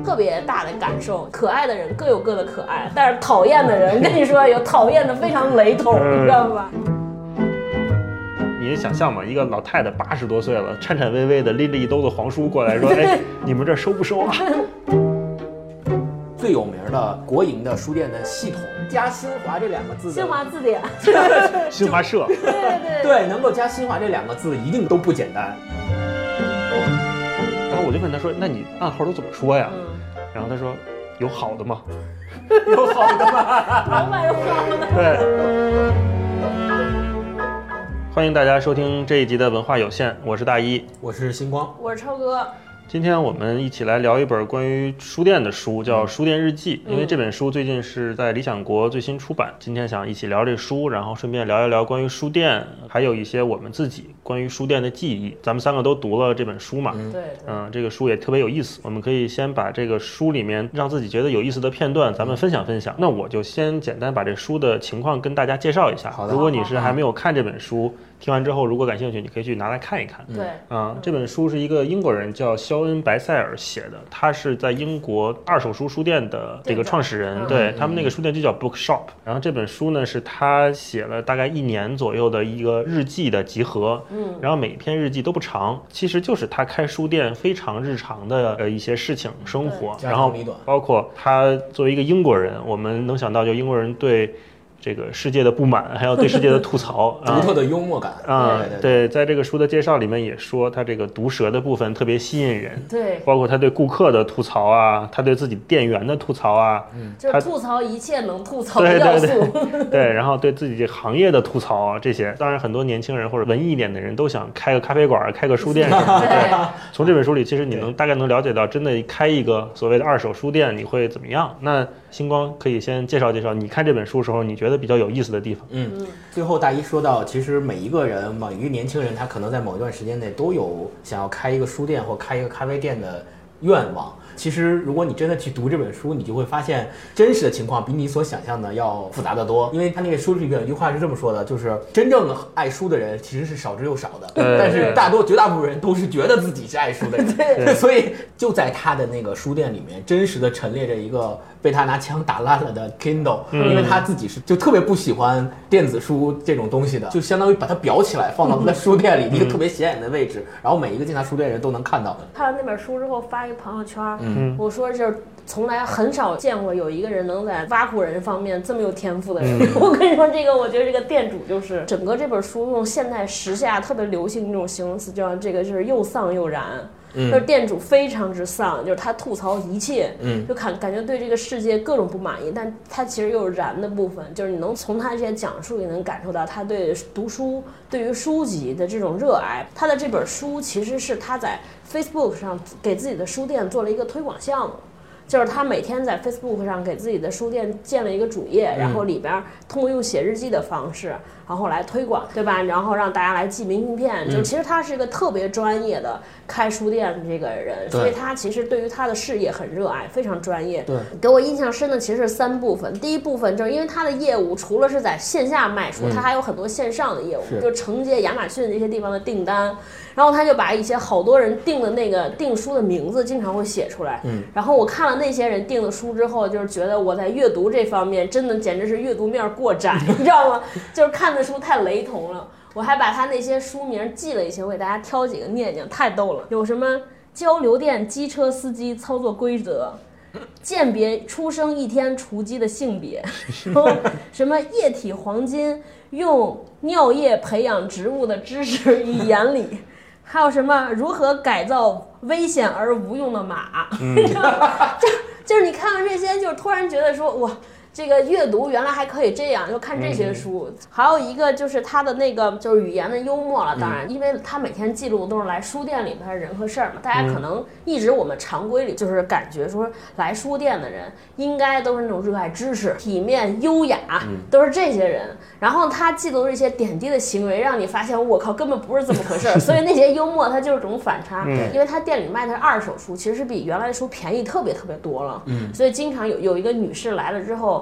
特别大的感受。可爱的人各有各的可爱，但是讨厌的人，跟你说有讨厌的非常雷同，你知道吧？ 你想象嘛，一个老太太80多岁了，颤颤巍巍的拎着一兜子黄书过来说：“哎，你们这收不收啊？” 最有名的国营的书店的系统，加新华这2个字的新华字典， 新华社， 对，能够加新华这2个字一定都不简单。 然后我就问他说：“那你暗号都怎么说呀？”然后他说：“有好的吗？ 有好的吗？ 老板有好的。” 对。欢迎大家收听这一集的文化有限，我是大一， 我是星光， 我是超哥。 今天我们一起来聊一本关于书店的书，叫《书店日记》。因为这本书最近是在理想国最新出版，今天想一起聊这书，然后顺便聊一聊关于书店，还有一些我们自己关于书店的记忆。咱们3个都读了这本书嘛， 对， 这个书也特别有意思。我们可以先把这个书里面让自己觉得有意思的片段，咱们分享分享。那我就先简单把这书的情况跟大家介绍一下。如果你是还没有看这本书，听完之后如果感兴趣，你可以去拿来看一看。 对， 这本书是一个英国人叫肖恩·白塞尔写的，他是在英国二手书店的这个创始人，对，他们那个书店就叫 Bookshop。然后这本书呢是他写了大概1年左右的一个日记的集合，然后每一篇日记都不长，其实就是他开书店非常日常的一些事情生活，然后包括他作为一个英国人，我们能想到就英国人对这个世界的不满，还有对世界的吐槽， 独特的幽默感对，在这个书的介绍里面也说，他这个毒舌的部分特别吸引人， 对， 包括他对顾客的吐槽啊，他对自己店员的吐槽啊， 就是吐槽一切能吐槽的要素， 对，然后对自己这行业的吐槽啊，这些，当然很多年轻人或者文艺一点的人都想开个咖啡馆，开个书店，对，从这本书里其实你大概能了解到，真的开一个所谓的二手书店你会怎么样。那星光可以先介绍介绍，你看这本书的时候你觉得比较有意思的地方。 最后大一说到，其实每一个人，每一个年轻人，他可能在某一段时间内都有想要开一个书店或开一个咖啡店的愿望。其实如果你真的去读这本书，你就会发现真实的情况比你所想象的要复杂得多。因为他那个书里边有一句话是这么说的，就是真正爱书的人其实是少之又少的，但是绝大部分人都是觉得自己是爱书的人，所以就在他的那个书店里面真实的陈列着一个被他拿枪打烂了的 Kindle，因为他自己就特别不喜欢电子书这种东西的，就相当于把它裱起来放到他的书店里一个特别显眼的位置，然后每一个进他书店的人都能看到的。 看完那本书之后发一个朋友圈，我说就是从来很少见过有一个人能在挖苦人方面这么有天赋的人。我跟你说，我觉得这个店主就是整个这本书用现在时下特别流行这种形容词，叫这个就是又丧又燃。就是店主非常之丧，就是他吐槽一切，就感觉对这个世界各种不满意，但他其实又有燃的部分，就是你能从他这些讲述里能感受到他对读书、对于书籍的这种热爱。他的这本书其实是他在 Facebook 上给自己的书店做了一个推广项目。就是他每天在 Facebook 上给自己的书店建了一个主页，然后里边通过用写日记的方式，然后来推广，对吧？然后让大家来寄明信片。就其实他是一个特别专业的开书店的这个人，所以他其实对于他的事业很热爱，非常专业。对，给我印象深的其实是3部分。第一部分就是因为他的业务除了是在线下卖书，他还有很多线上的业务，就承接亚马逊这些地方的订单。然后他就把一些好多人订的那个订书的名字经常会写出来，然后我看了那些人订的书之后，就是觉得我在阅读这方面真的简直是阅读面过窄，你知道吗？就是看的书太雷同了。我还把他那些书名记了一些，我给大家挑几个念念，太逗了。有什么交流电机车司机操作规则，鉴别出生1天雏鸡的性别，什么液体黄金用尿液培养植物的知识与原理，还有什么如何改造危险而无用的马，就是你看完这些，就是突然觉得说哇，这个阅读原来还可以这样，就看这些书。还有一个就是他的那个就是语言的幽默了，当然，因为他每天记录都是来书店里边的人和事儿嘛。大家可能一直我们常规里就是感觉说来书店的人应该都是那种热爱知识、体面、优雅，都是这些人。然后他记录这些点滴的行为，让你发现我靠根本不是这么回事。所以那些幽默它就是种反差，因为他店里卖的是二手书，其实是比原来的书便宜特别特别多了。所以经常有一个女士来了之后。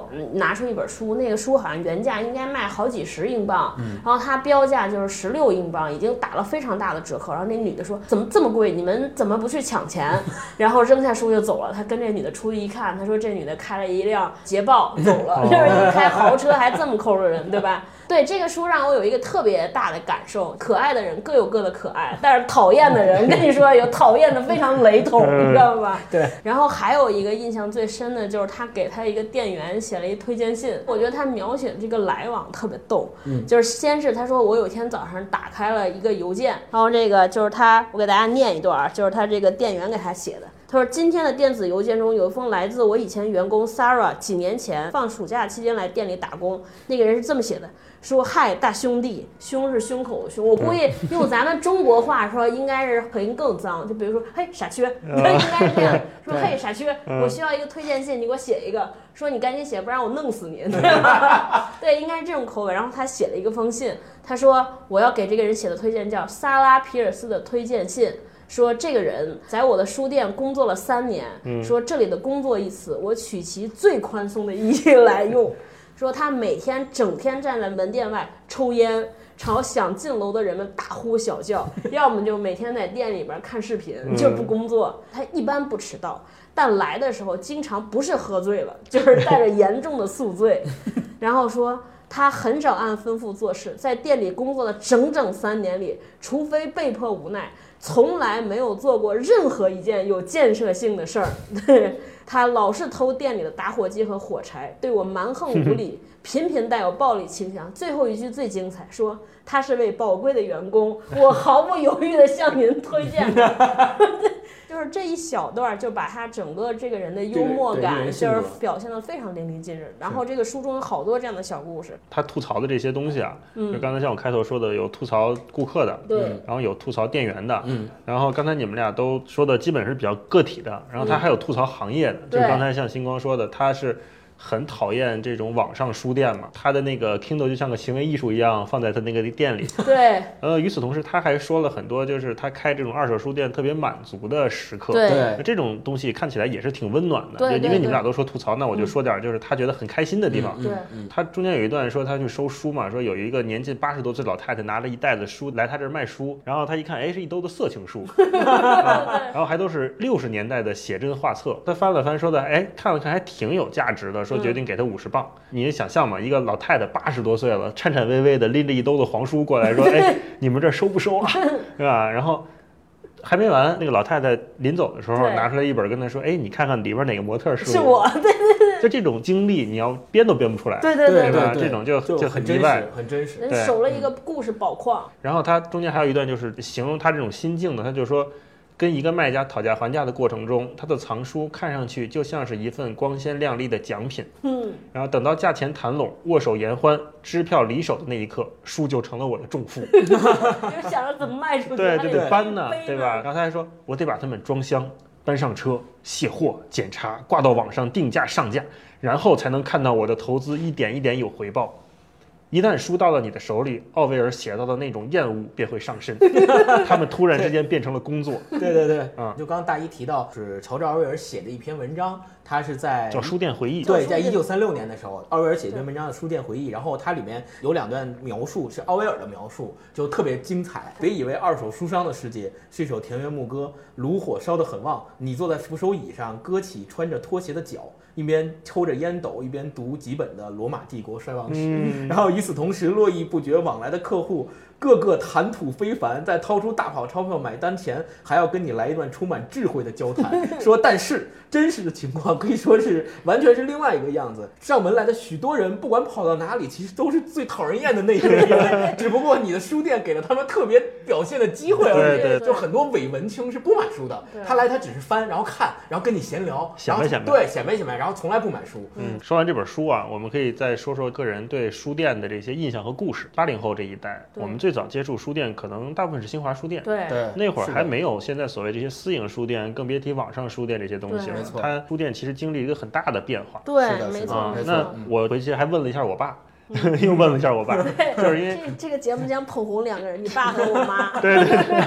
拿出一本书，那个书好像原价应该卖好几十英镑，然后它标价就是16英镑，已经打了非常大的折扣。然后那女的说：“怎么这么贵？你们怎么不去抢钱？”然后扔下书就走了。他跟这女的出去一看，他说：“这女的开了一辆捷豹走了，就是开豪车还这么抠着人，对吧？”对，这个书让我有一个特别大的感受，可爱的人各有各的可爱，但是讨厌的人跟你说有讨厌的非常雷同，你知道吧？ 对。 然后还有一个印象最深的就是他给他一个店员写了一推荐信，我觉得他描写的这个来往特别逗，就是先是他说我有一天早上打开了一个邮件，然后这个就是我给大家念一段，就是他这个店员给他写的。他说今天的电子邮件中有一封来自我以前员工 Sarah 几年前放暑假期间来店里打工，那个人是这么写的，说嗨大兄弟，胸是胸口的胸，我估计用咱们中国话说应该是口音更脏，就比如说嘿傻缺，应该是这样说，嘿傻缺，我需要一个推荐信，你给我写一个，说你赶紧写，不然我弄死你，对吧？对，应该是这种口吻。然后他写了一个封信，他说我要给这个人写的推荐叫萨拉皮尔斯的推荐信，说这个人在我的书店工作了3年，说这里的工作一词我取其最宽松的意义来用，说他每天整天站在门店外抽烟，朝想进楼的人们大呼小叫，要么就每天在店里边看视频，就不工作。他一般不迟到，但来的时候经常不是喝醉了，就是带着严重的宿醉。然后说他很少按吩咐做事，在店里工作的整整3年里，除非被迫无奈，从来没有做过任何一件有建设性的事儿。他老是偷店里的打火机和火柴，对我蛮横无理，频频带有暴力倾向。最后一句最精彩，说他是位宝贵的员工，我毫不犹豫地向您推荐他。就是这一小段就把他整个这个人的幽默感就是表现得非常淋漓尽致。然后这个书中有好多这样的小故事， 他吐槽的这些东西啊，就刚才像我开头说的，有吐槽顾客的， 对， 然后有吐槽店员的，然后刚才你们俩都说的基本是比较个体的，然后他还有吐槽行业的，就刚才像星光说的，他是很讨厌这种网上书店嘛，他的那个 Kindle 就像个行为艺术一样放在他那个店里。 对。 与此同时，他还说了很多，就是他开这种二手书店特别满足的时刻。 对。 这种东西看起来也是挺温暖的。 对。 因为你们俩都说吐槽，那我就说点就是他觉得很开心的地方。 对。 他中间有一段说他去收书嘛，说有一个年近80多岁老太太拿了一袋子书来他这儿卖书，然后他一看，哎，是一兜子色情书，然后还都是60年代的写真画册。他翻了翻，说的，哎，看了看还挺有价值的。说决定给他50磅。你想象嘛，一个老太太80多岁了，颤颤巍巍的拎着一兜子黄书过来说：“哎，你们这收不收啊？是吧？”然后还没完，那个老太太临走的时候拿出来一本，跟他说：“哎，你看看里边哪个模特是我。”对对对， 就这种经历，你要编都编不出来。 对对对吧？这种就很意外， 很真实。 人守了一个故事宝矿。 然后他中间还有一段就是形容他这种心境的，他就说。跟一个卖家讨价还价的过程中，他的藏书看上去就像是一份光鲜亮丽的奖品。然后等到价钱谈拢，握手言欢，支票离手的那一刻，书就成了我的重负。 就想着怎么卖出去， 对，就得搬呢，对吧？然后他还说，我得把它们装箱，搬上车，卸货，检查，挂到网上定价上架，然后才能看到我的投资一点一点有回报。一旦书到了你的手里，奥威尔写到的那种厌恶便会上身，他们突然之间变成了工作。 对对对，就刚刚大一提到是乔治·奥威尔写的一篇文章，他是在叫《书店回忆》。 对，在1936年的时候，奥威尔写一篇文章的《书店回忆》，然后它里面有2段描述是奥威尔的描述，就特别精彩。别以为二手书商的世界是一首田园牧歌，炉火烧得很旺，你坐在扶手椅上，搁起穿着拖鞋的脚，一边抽着烟斗，一边读几本的罗马帝国衰亡史，然后与此同时，络绎不绝往来的客户个个谈吐非凡，在掏出大跑钞票买单前，还要跟你来一段充满智慧的交谈，说但是真实的情况可以说是完全是另外一个样子。上门来的许多人，不管跑到哪里，其实都是最讨人厌的那个人，只不过你的书店给了他们特别表现的机会而已。 对， 就很多伪文青是不买书的，他来他只是翻，然后看，然后跟你闲聊， 显摆， 对，显摆，然后从来不买书。 说完这本书啊，我们可以再说说个人对书店的这些印象和故事。80后这一代，我们最早接触书店，可能大部分是新华书店。 对， 那会儿还没有现在所谓这些私营书店，更别提网上书店这些东西了。它书店其实经历一个很大的变化。 对，没错。 那我回去还问了一下我爸。又问了一下我爸，就是因为这个节目将捧红2个人，你爸和我妈。 对，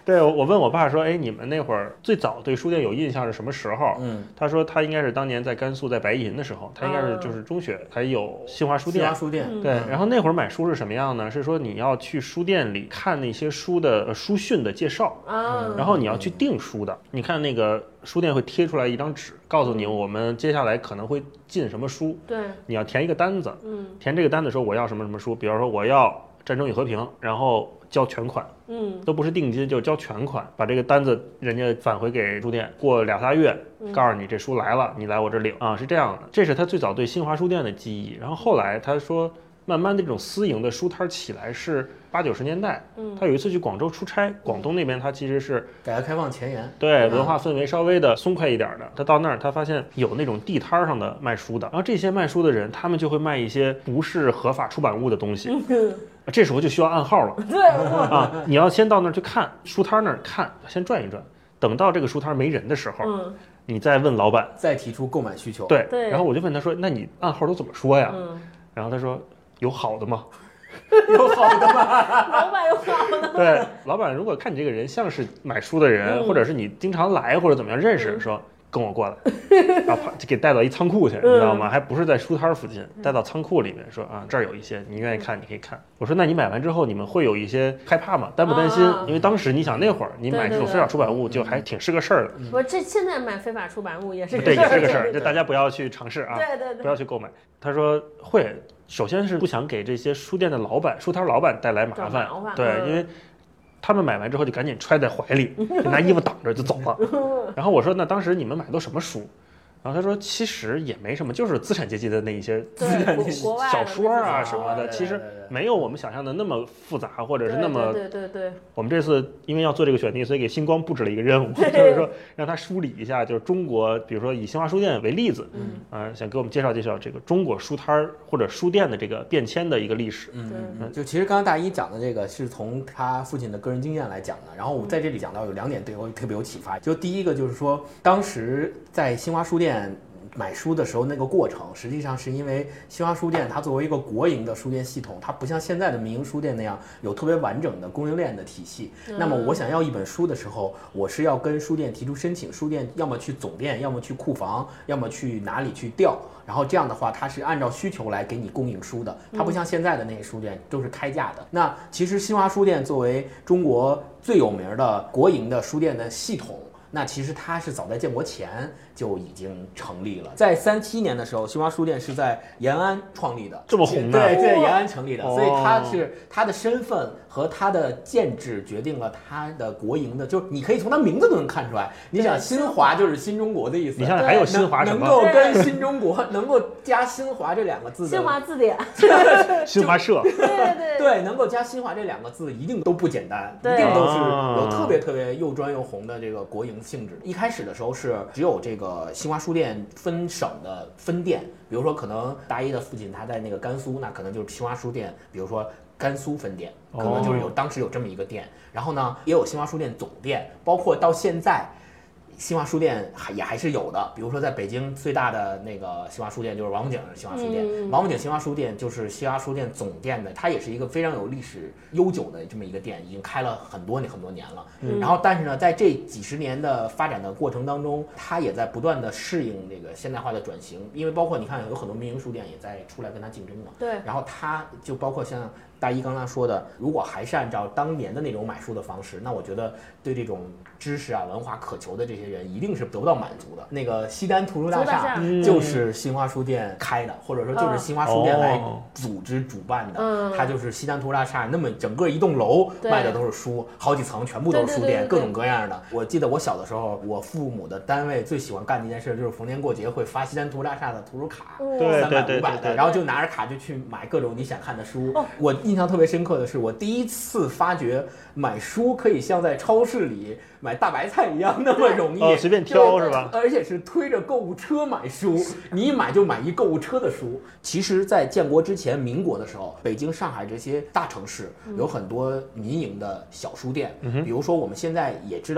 对，我问我爸说，哎，你们那会儿最早对书店有印象是什么时候？他说他应该是当年在甘肃在白银的时候，他应该是就是中学还有新华书店。 新华书店， 对，然后那会儿买书是什么样呢？是说你要去书店里看那些书的书讯的介绍，然后你要去订书的。你看那个书店会贴出来一张纸，告诉你我们接下来可能会进什么书， 对， 你要填一个单子，填这个单子说我要什么什么书，比方说我要《战争与和平》，然后交全款，都不是定金，就交全款，把这个单子人家返回给书店，过2-3月，告诉你这书来了，你来我这领啊，是这样的。这是他最早对新华书店的记忆。然后后来他说，慢慢的这种私营的书摊起来是80-90年代，他有一次去广州出差，广东那边他其实是改革开放前沿， 对文化氛围稍微的松快一点的。他到那儿，他发现有那种地摊上的卖书的，然后这些卖书的人，他们就会卖一些不是合法出版物的东西。这时候就需要暗号了， 对啊，你要先到那儿去看书摊那儿看，先转一转，等到这个书摊没人的时候，你再问老板， 再提出购买需求。 对，然后我就问他说，那你暗号都怎么说呀？然后他说，有好的吗？ 有好的吗？ 老板有好的。 对，老板如果看你这个人像是买书的人，或者是你经常来或者怎么样认识，说跟我过来，然后就给带到一仓库去，你知道吗？还不是在书摊附近，带到仓库里面，说啊这儿有一些，你愿意看你可以看。我说那你买完之后你们会有一些害怕吗？担不担心？因为当时你想那会儿你买这种非法出版物就还挺是个事儿的。 不是，这现在买非法出版物也是对，也是个事儿，就大家不要去尝试啊， 对， 不要去购买。他说会。首先是不想给这些书店的老板、书摊老板带来麻烦，对，因为他们买完之后就赶紧揣在怀里，就拿衣服挡着就走了。然后我说，那当时你们买的都什么书？然后他说，其实也没什么，就是资产阶级的那一些小说啊什么的，其实没有我们想象的那么复杂，或者是那么…… 对。 我们这次因为要做这个选题，所以给星光布置了一个任务，就是说让他梳理一下，就是中国，比如说以新华书店为例子，想给我们介绍介绍这个中国书摊或者书店的这个变迁的一个历史。 就其实刚刚大一讲的这个是从他父亲的个人经验来讲的，然后我在这里讲到有2点对我特别有启发，就第一个就是说，当时在新华书店买书的时候那个过程，实际上是因为新华书店它作为一个国营的书店系统，它不像现在的民营书店那样有特别完整的供应链的体系。那么我想要一本书的时候，我是要跟书店提出申请，书店要么去总店，要么去库房，要么去哪里去调，然后这样的话它是按照需求来给你供应书的，它不像现在的那些书店都是开价的。那其实新华书店作为中国最有名的国营的书店的系统，那其实它是早在建国前就已经成立了。在37年的时候，新华书店是在延安创立的， 这么红的， 对，在延安成立的，所以它的身份和它的建制决定了它的国营的，就是你可以从它名字都能看出来。你想新华就是新中国的意思， 你想还有新华什么能够跟新中国能够加新华这2个字的新华字典， 新华社， 对， 能够加新华这2个字一定都不简单，一定都是有特别特别又专又红的这个国营性质。一开始的时候是只有这个新华书店分省的分店，比如说可能大一的父亲他在那个甘肃，那可能就是新华书店，比如说甘肃分店，可能就是当时有这么一个店。然后呢，也有新华书店总店，包括到现在。新华书店也还是有的，比如说在北京最大的那个新华书店就是王府井新华书店，王府井新华书店就是新华书店总店的，它也是一个非常有历史悠久的这么一个店，已经开了很多年了。然后但是呢，在这几十年的发展的过程当中，它也在不断的适应这个现代化的转型，因为包括你看有很多民营书店也在出来跟它竞争嘛。 对。 然后它就包括像大一刚刚说的，如果还是按照当年的那种买书的方式，那我觉得对这种知识啊文化渴求的这些人一定是得不到满足的。那个西单图书大厦就是新华书店开的，或者说就是新华书店来组织主办的，它就是西单图书大厦那么整个一栋楼卖的都是书，好几层全部都是书店，各种各样的。我记得我小的时候，我父母的单位最喜欢干的一件事就是逢年过节会发西单图书大厦的图书卡，300、500的，然后就拿着卡就去买各种你想看的书。我印象特别深刻的是，我第一次发觉买书可以像在超市里买大白菜一样那么容易， 随便挑是吧？ 而且是推着购物车买书，你一买就买一购物车的书。其实，在建国之前，民国的时候，北京、上海这些大城市有很多民营的小书店，比如说我们现在也知道的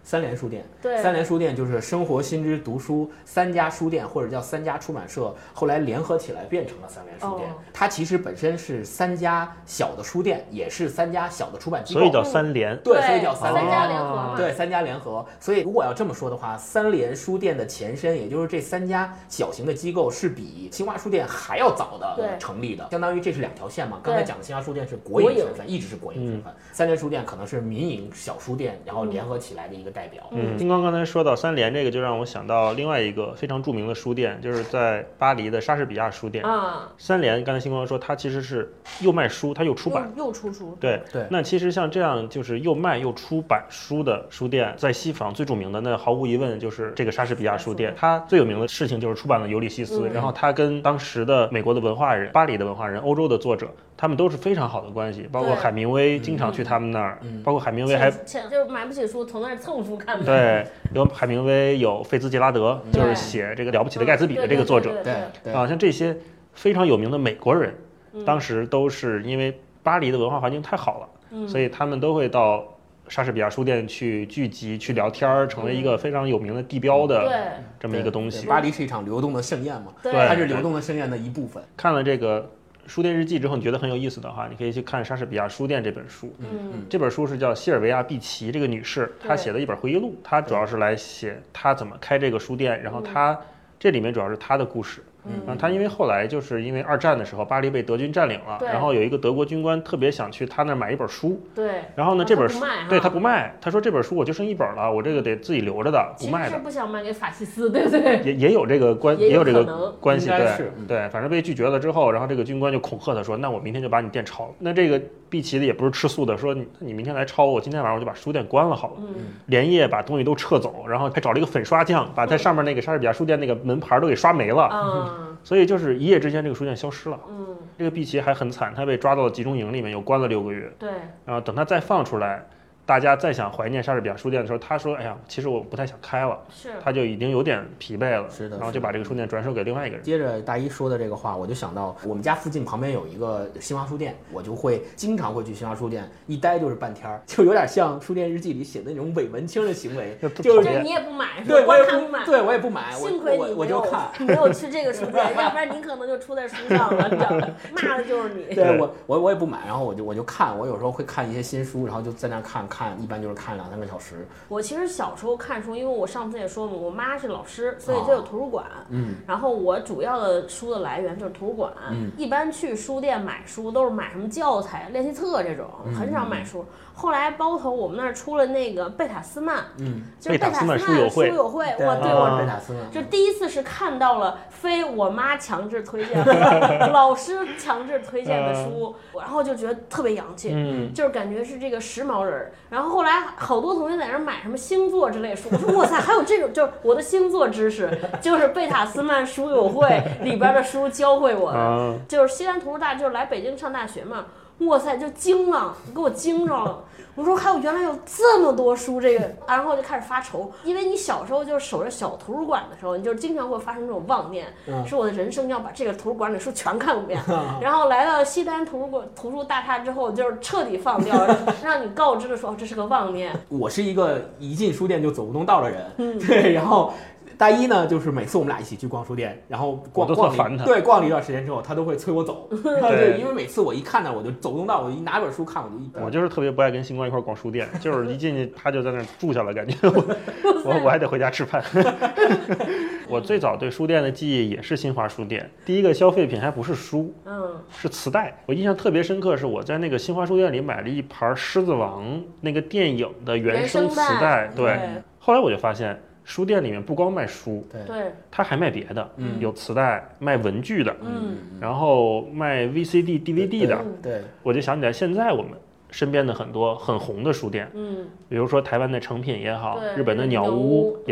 三联书店。 对， 三联书店就是生活新知读书3家书店，或者叫3家出版社，后来联合起来变成了三联书店。它其实本身是3家小的书店，也是3家小的出版机构， 所以叫三联。 对，所以叫三家联合嘛。 对，3家联合。所以如果要这么说的话，三联书店的前身，也就是这3家小型的机构，是比新华书店还要早的成立的，相当于这是2条线嘛。刚才讲的新华书店是国营身份，一直是国营身份。三联书店可能是民营小书店，然后联合起来的一个代表。 金光刚才说到三联这个，就让我想到另外一个非常著名的书店，就是在巴黎的莎士比亚书店。三联刚才金光说，它其实是又卖书，它又出版， 又出书。 对。那其实像这样就是又卖又出版书的书店，在西方最著名的，那毫无疑问就是这个莎士比亚书店。它最有名的事情就是出版了《尤利西斯》，然后它跟当时的美国的文化人、巴黎的文化人、欧洲的作者，他们都是非常好的关系，包括海明威经常去他们那儿，包括海明威还就是买不起书，从那儿蹭书看。 对，有海明威，有费兹杰拉德，就是写这个《了不起的盖茨比》的这个作者。 对啊，像这些非常有名的美国人，当时都是因为巴黎的文化环境太好了，所以他们都会到莎士比亚书店去聚集、去聊天，成为一个非常有名的地标的这么一个东西。 巴黎是一场流动的盛宴嘛，它是流动的盛宴的一部分。 看了这个书店日记之后，你觉得很有意思的话，你可以去看莎士比亚书店这本书。这本书是叫西尔维亚·毕奇这个女士她写的一本回忆录，她主要是来写她怎么开这个书店，然后她这里面主要是她的故事。他因为后来就是因为2战的时候，巴黎被德军占领了，然后有一个德国军官特别想去他那儿买一本书，然后呢这本书对他不卖，他说这本书我就剩1本了，我这个得自己留着的，不卖的。 其实是不想卖给法西斯，对不对？ 也有这个关系，对，反正被拒绝了之后，然后这个军官就恐吓他说，那我明天就把你店抄了。那这个毕奇的也不是吃素的，说你明天来抄我，今天晚上我就把书店关了好了，连夜把东西都撤走，然后还找了一个粉刷匠，把它上面那个莎士比亚书店那个门牌都给刷没了。所以就是一夜之间这个书店消失了。这个毕奇还很惨，他被抓到了集中营里面，又关了6个月。 对， 然后等他再放出来，大家再想怀念莎士比亚书店的时候，他说：“哎呀，其实我不太想开了。”他就已经有点疲惫了。 是的， 然后就把这个书店转手给另外一个人。 接着大一说的这个话，我就想到我们家附近旁边有一个新华书店，我就会经常会去新华书店，一待就是半天，就有点像书店日记里写的那种伪文青的行为， 就是你也不买， 对，我也不买， 幸亏你我就看， 你没有去这个书店，要不然你可能就出在书上了，你知道吗？骂的就是你。 对，我也不买，然后我就看，我有时候会看一些新书，然后就在那看，一般就是看2-3个小时。 我其实小时候看书，因为我上次也说了，我妈是老师，所以就有图书馆。然后我主要的书的来源就是图书馆。一般去书店买书都是买什么教材、练习册这种，很少买书。后来包头我们那儿出了那个贝塔斯曼，就是贝塔斯曼书友会。哇，对，我贝塔斯曼就第一次是看到了非我妈强制推荐老师强制推荐的书，然后就觉得特别洋气，就是感觉是这个时髦人。然后后来好多同学在那儿买什么星座之类的书，我说哇塞，还有这种，就是我的星座知识就是贝塔斯曼书友会里边的书教会我的，就是西南图书大，就是来北京上大学嘛。哇塞，就惊了，给我惊着了。我说还有原来有这么多书，这个，然后就开始发愁，因为你小时候就是守着小图书馆的时候，你就经常会发生这种妄念，说我的人生要把这个图书馆里书全看过遍。然后来到西单图书大厦之后，就是彻底放掉，让你告知的说这是个妄念。 我是一个一进书店就走不动道的人，对，然后。大一呢，就是每次我们俩一起去逛书店，然后逛了一段时间之后，他都会催我走。对，因为每次我一看到我就走不动道，我一拿本书看我就是特别不爱跟星光一块逛书店，就是一进去他就在那儿住下了，感觉我还得回家吃饭。我最早对书店的记忆也是新华书店，第一个消费品还不是书，是磁带。我印象特别深刻，是我在那个新华书店里买了一盘《狮子王》那个电影的原声磁带。对，后来我就发现。书店里面不光卖书， 对， 他还卖别的，有磁带，卖文具的，然后卖 VCD、DVD 的， 对， 我就想起来，现在我们身边的很多很红的书店，比如说台湾的诚品也好，日本的鸟屋也好，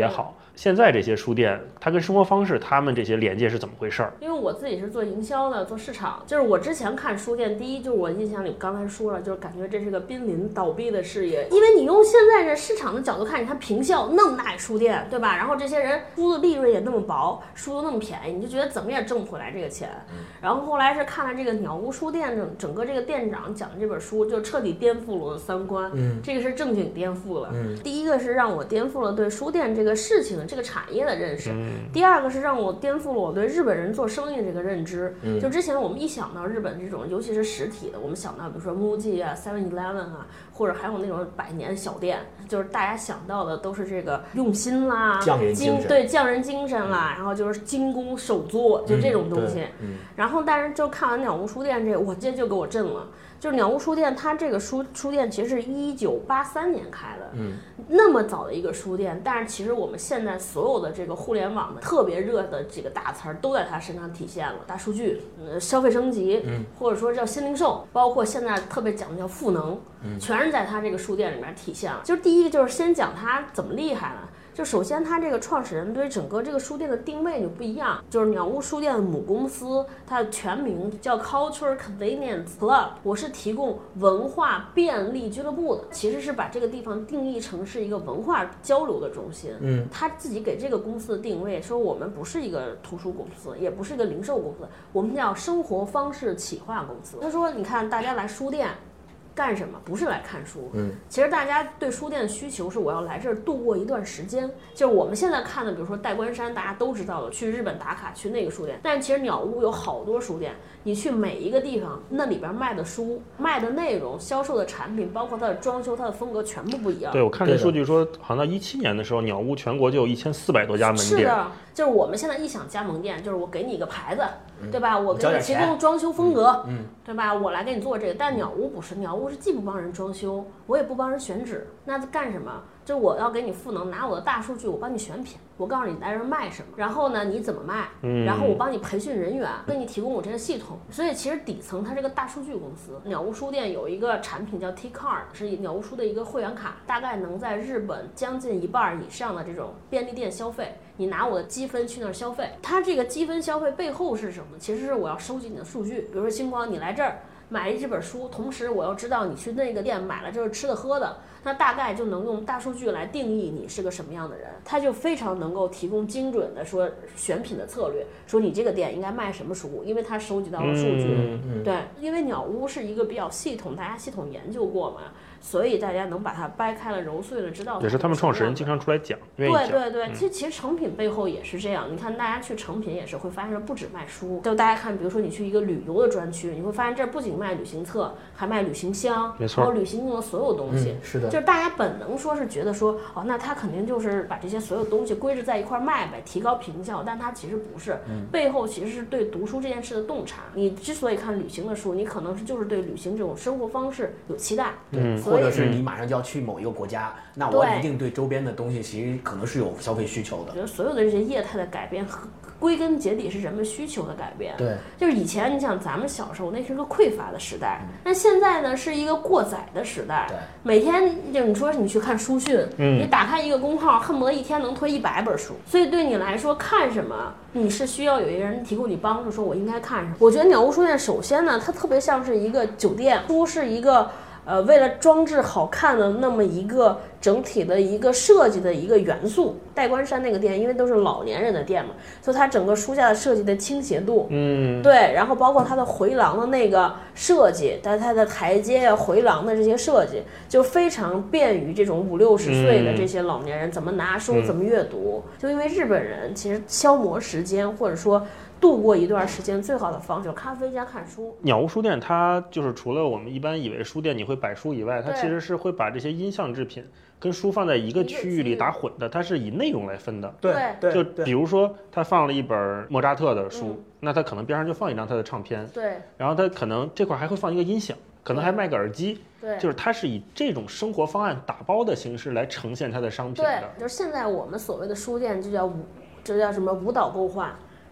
现在这些书店，它跟生活方式，他们这些连接是怎么回事儿？ 因为我自己是做营销的，做市场，就是我之前看书店，第一就是我印象里刚才说了，就是感觉这是个濒临倒闭的事业，因为你用现在这市场的角度看，你看平效那么大书店，对吧？然后这些人书的利润也那么薄，书都那么便宜，你就觉得怎么也挣不回来这个钱。然后后来是看了这个鸟屋书店整个这个店长讲的这本书，就彻底颠覆了我的三观。这个是正经颠覆了。第一个是让我颠覆了对书店这个事情的这个产业的认识，第二个是让我颠覆了我对日本人做生意的这个认知。就之前我们一想到日本这种，尤其是实体的，我们想到比如说 MUJI 啊、7-Eleven 啊，或者还有那种百年小店，就是大家想到的都是这个用心啦、 匠人精神， 对匠人精神啦，然后就是精工手作，就这种东西。然后但是就看完鸟屋书店这个，我这就给我震了。就是鸟屋书店，它这个书店其实是1983年开的，那么早的一个书店，但是其实我们现在所有的这个互联网的特别热的这个大词儿都在它身上体现了，大数据、消费升级，或者说叫新零售，包括现在特别讲的叫赋能，全是在它这个书店里面体现了。就是第一个就是先讲它怎么厉害呢？就首先，他这个创始人对整个这个书店的定位就不一样。就是鸟屋书店的母公司，它的全名叫 Culture Convenience Club， 我是提供文化便利俱乐部的，其实是把这个地方定义成是一个文化交流的中心。他自己给这个公司的定位说，我们不是一个图书公司，也不是一个零售公司，我们叫生活方式企划公司。他说，你看大家来书店干什么？不是来看书。其实大家对书店的需求是我要来这儿度过一段时间。就是我们现在看的，比如说代官山，大家都知道了，去日本打卡去那个书店。但其实鸟屋有好多书店，你去每一个地方，那里边卖的书、卖的内容、销售的产品，包括它的装修、它的风格，全部不一样。 对，我看这数据说，好像到17年的时候，鸟屋全国就有1400多家门店。 是的，就是我们现在一想加盟店，就是我给你一个牌子，对吧？我给你提供装修风格，对吧？我来给你做这个。但鸟屋不是，鸟屋是既不帮人装修，我也不帮人选址，那干什么？就我要给你赋能，拿我的大数据，我帮你选品，我告诉你来人卖什么，然后呢你怎么卖，然后我帮你培训人员，给你提供我这个系统。所以其实底层它是个大数据公司。鸟屋书店有一个产品叫 T Card， 是鸟屋书的一个会员卡，大概能在日本将近一半以上的这种便利店消费，你拿我的积分去那儿消费。它这个积分消费背后是什么？其实是我要收集你的数据，比如说星光你来这儿买了这本书，同时我要知道你去那个店买了这是吃的喝的，那大概就能用大数据来定义你是个什么样的人。它就非常能够提供精准的说选品的策略，说你这个店应该卖什么书，因为它收集到了数据。对，因为鸟屋是一个比较系统，大家系统研究过嘛，所以大家能把它掰开了揉碎了知道。 也是他们创始人经常出来讲， 对对对，其实成品背后也是这样。你看大家去成品也是会发现不止卖书，就大家看，比如说你去一个旅游的专区，你会发现这儿不仅卖旅行册，还卖旅行箱， 没错， 还有旅行用的所有东西。 是的， 就是大家本能说是觉得说，哦，那他肯定就是把这些所有东西归置在一块卖呗，提高评效，但它其实不是，背后其实是对读书这件事的洞察。你之所以看旅行的书，你可能是就是对旅行这种生活方式有期待， 或者是你马上就要去某一个国家，那我一定对周边的东西其实可能是有消费需求的。 我觉得所有的这些业态的改变归根结底是人们需求的改变。 对， 就是以前你想咱们小时候那是个匮乏的时代，但现在呢是一个过载的时代。 对， 每天就你说你去看书讯，你打开一个公号，恨不得一天能推100本书。所以对你来说，看什么你是需要有一个人提供你帮助，说我应该看什么。我觉得鸟屋书店首先呢，它特别像是一个酒店，书是一个为了装置好看的那么一个整体的一个设计的一个元素。代官山那个店因为都是老年人的店嘛，所以它整个书架的设计的倾斜度，对，然后包括它的回廊的那个设计，它的台阶啊回廊的这些设计就非常便于这种50-60岁的这些老年人怎么拿书怎么阅读。就因为日本人其实消磨时间或者说度过一段时间最好的方式，咖啡加看书。 鸟屋书店它就是除了我们一般以为书店你会摆书以外，它其实是会把这些音像制品跟书放在一个区域里打混的，它是以内容来分的。 对， 就比如说它放了一本莫扎特的书，那它可能边上就放一张他的唱片， 对， 然后它可能这块还会放一个音响，可能还卖个耳机， 对， 就是它是以这种生活方案打包的形式来呈现它的商品的。 对，就是现在我们所谓的书店就叫什么无导购化。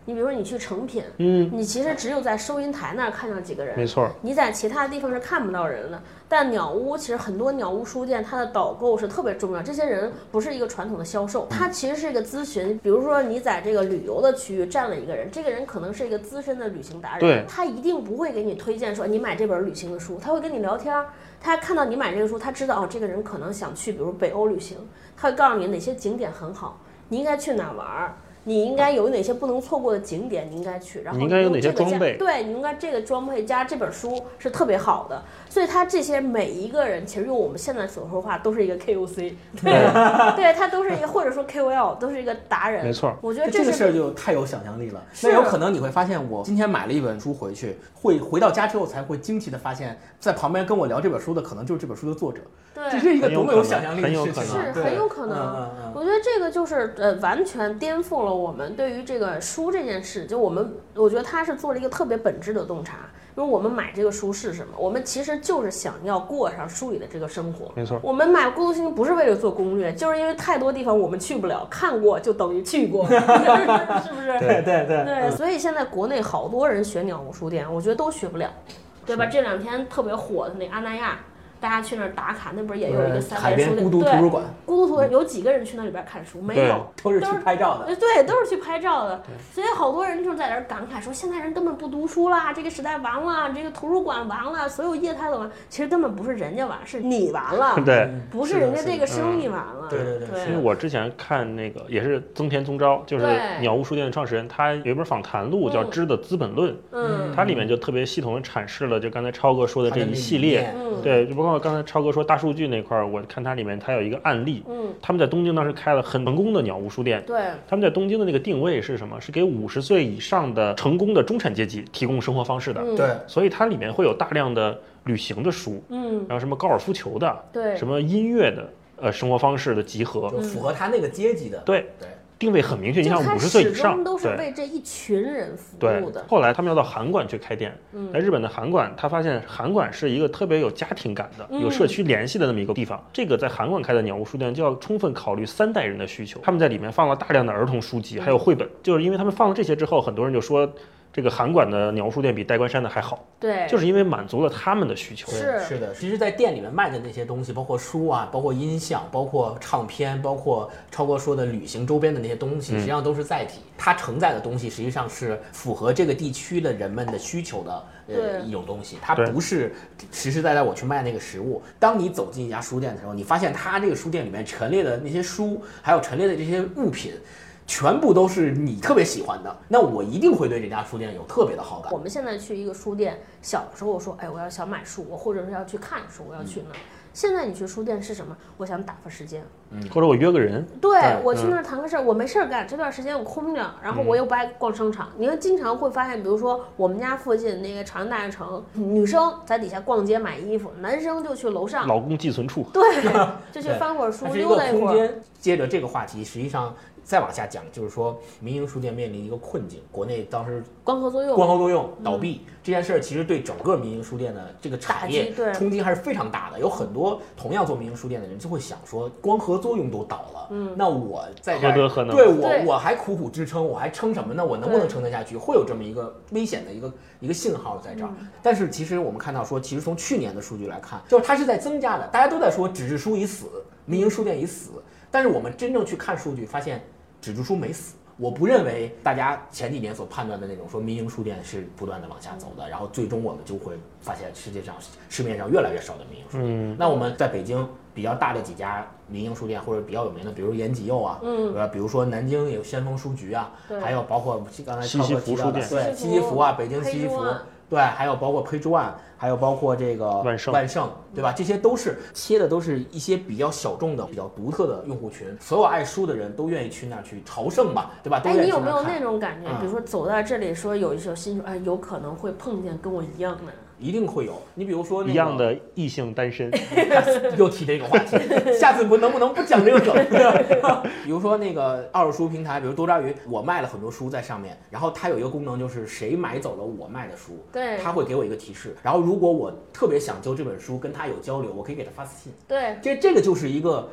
你比如说你去诚品，你其实只有在收银台那儿看到几个人， 没错， 你在其他地方是看不到人的。但鸟屋其实很多鸟屋书店，它的导购是特别重要。这些人不是一个传统的销售，他其实是一个咨询。比如说你在这个旅游的区域站了一个人，这个人可能是一个资深的旅行达人，他一定不会给你推荐说你买这本旅行的书，他会跟你聊天。他看到你买这个书，他知道这个人可能想去比如北欧旅行，他会告诉你哪些景点很好，你应该去哪玩。你应该有哪些不能错过的景点，你应该去，然后你应该有哪些装备？ 对，你应该这个装备加这本书是特别好的。所以他这些每一个人，其实用我们现在所说话都是一个 KOC， 对，他都是一个或者说 KOL， 都是一个达人。 没错， 我觉得这个事儿就太有想象力了。那有可能你会发现，我今天买了一本书回去，会回到家之后才会惊奇的发现，在旁边跟我聊这本书的可能就是这本书的作者。 对， 这是一个多么有想象力的事情，是很有可能。我觉得这个就是完全颠覆了我们对于这个书这件事。就我觉得他是做了一个特别本质的洞察。因为我们买这个书是什么？我们其实就是想要过上书里的这个生活。 没错， 我们买孤独星不是为了做攻略，就是因为太多地方我们去不了，看过就等于去过，是不是？ 对。 所以现在国内好多人学鸟屋书店，我觉得都学不了，对吧？这两天特别火的那阿那亚。大家去那儿打卡，那不是也有一个3联书店？ 孤独图书馆， 孤独图书馆有几个人去那里边看书？没有， 都是去拍照的。 对，都是去拍照的。所以好多人就在那儿感慨说，现在人根本不读书啦，这个时代完了，这个图书馆完了，所有业态都完。其实根本不是人家完，是你完了。 对， 不是人家这个生意完了。 对。 因为我之前看那个也是增田宗昭，就是鸟屋书店的创始人，他有一本访谈录叫《知的资本论》，它里面就特别系统的阐释了就刚才超哥说的这一系列。对，就包括刚才超哥说大数据那块儿，我看它里面它有一个案例，他们在东京当时开了很成功的鸟屋书店， 对， 他们在东京的那个定位是什么？是给50岁以上的成功的中产阶级提供生活方式的， 对， 所以它里面会有大量的旅行的书，然后什么高尔夫球的， 对， 什么音乐的，生活方式的集合， 就符合他那个阶级的， 对。定位很明确，你像50岁以上， 都是为这一群人服务的。 后来他们要到函馆去开店，在日本的函馆，他发现函馆是一个特别有家庭感的、有社区联系的那么一个地方。这个在函馆开的鸟屋书店就要充分考虑3代人的需求。他们在里面放了大量的儿童书籍，还有绘本，就是因为他们放了这些之后，很多人就说。这个函馆的鸟屋书店比代官山的还好， 对， 就是因为满足了他们的需求。 是的，其实，在店里面卖的那些东西，包括书啊，包括音像，包括唱片，包括超哥说的旅行周边的那些东西，实际上都是载体。它承载的东西实际上是符合这个地区的人们的需求的一种东西，它不是实实在在我去卖那个食物。当你走进一家书店的时候，你发现它这个书店里面陈列的那些书，还有陈列的这些物品。全部都是你特别喜欢的，那我一定会对这家书店有特别的好感。 我们现在去一个书店，小的时候我说，我要想买书，我或者是要去看书，我要去那。现在你去书店是什么？我想打发时间， 或者我约个人。 对，我去那儿谈个事儿，我没事儿干，这段时间我空着，然后我又不爱逛商场。你会经常会发现，比如说我们家附近那个长安大悦城，女生在底下逛街买衣服，男生就去楼上老公寄存处， 对，就去翻会儿书，溜达一会儿。 接着这个话题，实际上。再往下讲，就是说民营书店面临一个困境，国内当时光合作用倒闭这件事儿，其实对整个民营书店的这个产业冲击还是非常大的。有很多同样做民营书店的人就会想说，光合作用都倒了，那我在这儿，对我还苦苦支撑，我还撑什么呢？我能不能撑得下去？会有这么一个危险的一个信号在这儿。但是其实我们看到说，其实从去年的数据来看，就是它是在增加的。大家都在说纸质书已死，民营书店已死，但是我们真正去看数据，发现。纸质书没死，我不认为大家前几年所判断的那种说民营书店是不断的往下走的，然后最终我们就会发现市面上越来越少的民营书店。那我们在北京比较大的几家民营书店或者比较有名的，比如延吉佑啊，比如说南京有先锋书局啊，还有包括刚才超哥提到的对西西弗啊，北京西西弗。对，还有包括胚珠案，还有包括这个万盛，对吧？这些都是切的，都是一些比较小众的、比较独特的用户群。所有爱书的人都愿意去那儿去朝圣吧，对吧？ 你有没有那种感觉？比如说走到这里，说有一些新手，有可能会碰见跟我一样的。 一定会有，你比如说一样的异性单身， 又提这个话题，下次能不能不讲这个梗？比如说那个二手书平台，比如多抓鱼，我卖了很多书在上面，然后它有一个功能，就是谁买走了我卖的书， 对， 它会给我一个提示，然后如果我特别想就这本书跟他有交流，我可以给他发私信， 对， 这个就是一个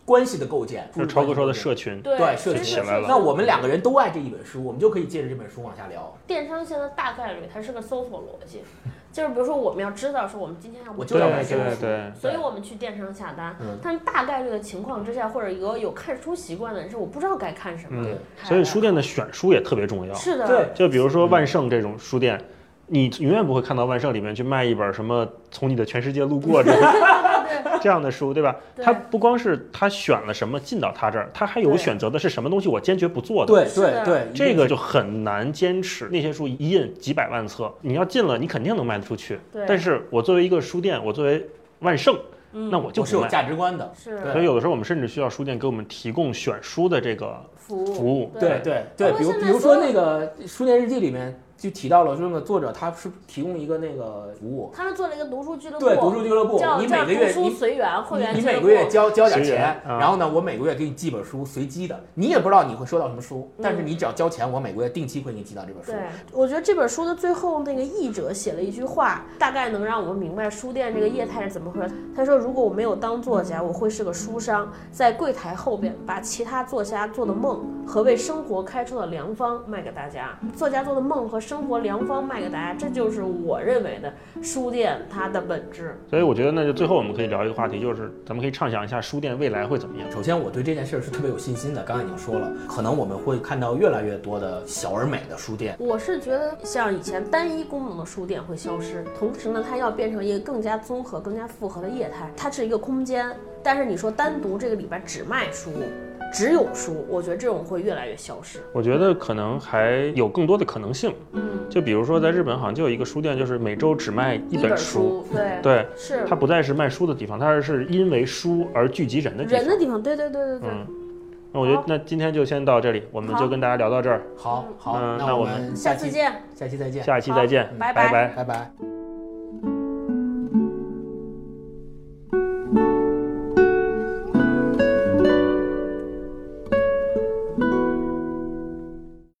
关系的构建， 就超哥说的社群， 对社群起来了。 那我们2个人都爱这一本书，我们就可以借着这本书往下聊。 电商现在大概率它是个搜索逻辑，就是比如说我们要知道说我们今天要我就要买这本书， 所以我们去电商下单。但是大概率的情况之下，或者有看书习惯的人是我不知道该看什么。 所以书店的选书也特别重要。 是的， 对， 就比如说万盛这种书店。你永远不会看到万盛里面去卖一本什么从你的全世界路过这样的书，对吧？它不光是他选了什么进到他这儿，他还有选择的是什么东西我坚决不做的。 对， 这个就很难坚持。那些书一印几百万册，你要进了，你肯定能卖得出去。但是我作为一个书店，我作为万盛。那我就是有价值观的， 所以有的时候我们甚至需要书店给我们提供选书的这个服务。 对，比如说那个书店日记里面就提到了说，那个作者他是提供一个那个服务， 他们做了一个读书俱乐部， 对，读书俱乐部，你每个月读书随缘会员， 你每个月交点钱，然后呢，我每个月给你寄本书，随机的，你也不知道你会收到什么书，但是你只要交钱，我每个月定期会给你寄到这本书。 对，我觉得这本书的最后那个译者写了一句话，大概能让我们明白书店这个业态是怎么回事。他说，如果我没有当作家，我会是个书商，在柜台后边把其他作家做的梦和为生活开出的良方卖给大家。作家做的梦和生活良方卖给大家，这就是我认为的书店它的本质。 所以我觉得那就最后我们可以聊一个话题，就是咱们可以畅想一下书店未来会怎么样。 首先我对这件事是特别有信心的，刚才已经说了，可能我们会看到越来越多的小而美的书店。 我是觉得像以前单一功能的书店会消失，同时呢它要变成一个更加综合更加复合的业态，它是一个空间。但是你说单独这个里边只卖书只有书，我觉得这种会越来越消失。 我觉得可能还有更多的可能性。就比如说在日本好像就有一个书店，就是每周只卖一本书。 对，是它不再是卖书的地方，它是因为书而聚集人的地方。 对。 那我觉得那今天就先到这里，我们就跟大家聊到这儿。 好， 那我们下期见， 下期再见， 下期再见， 拜拜。 拜拜。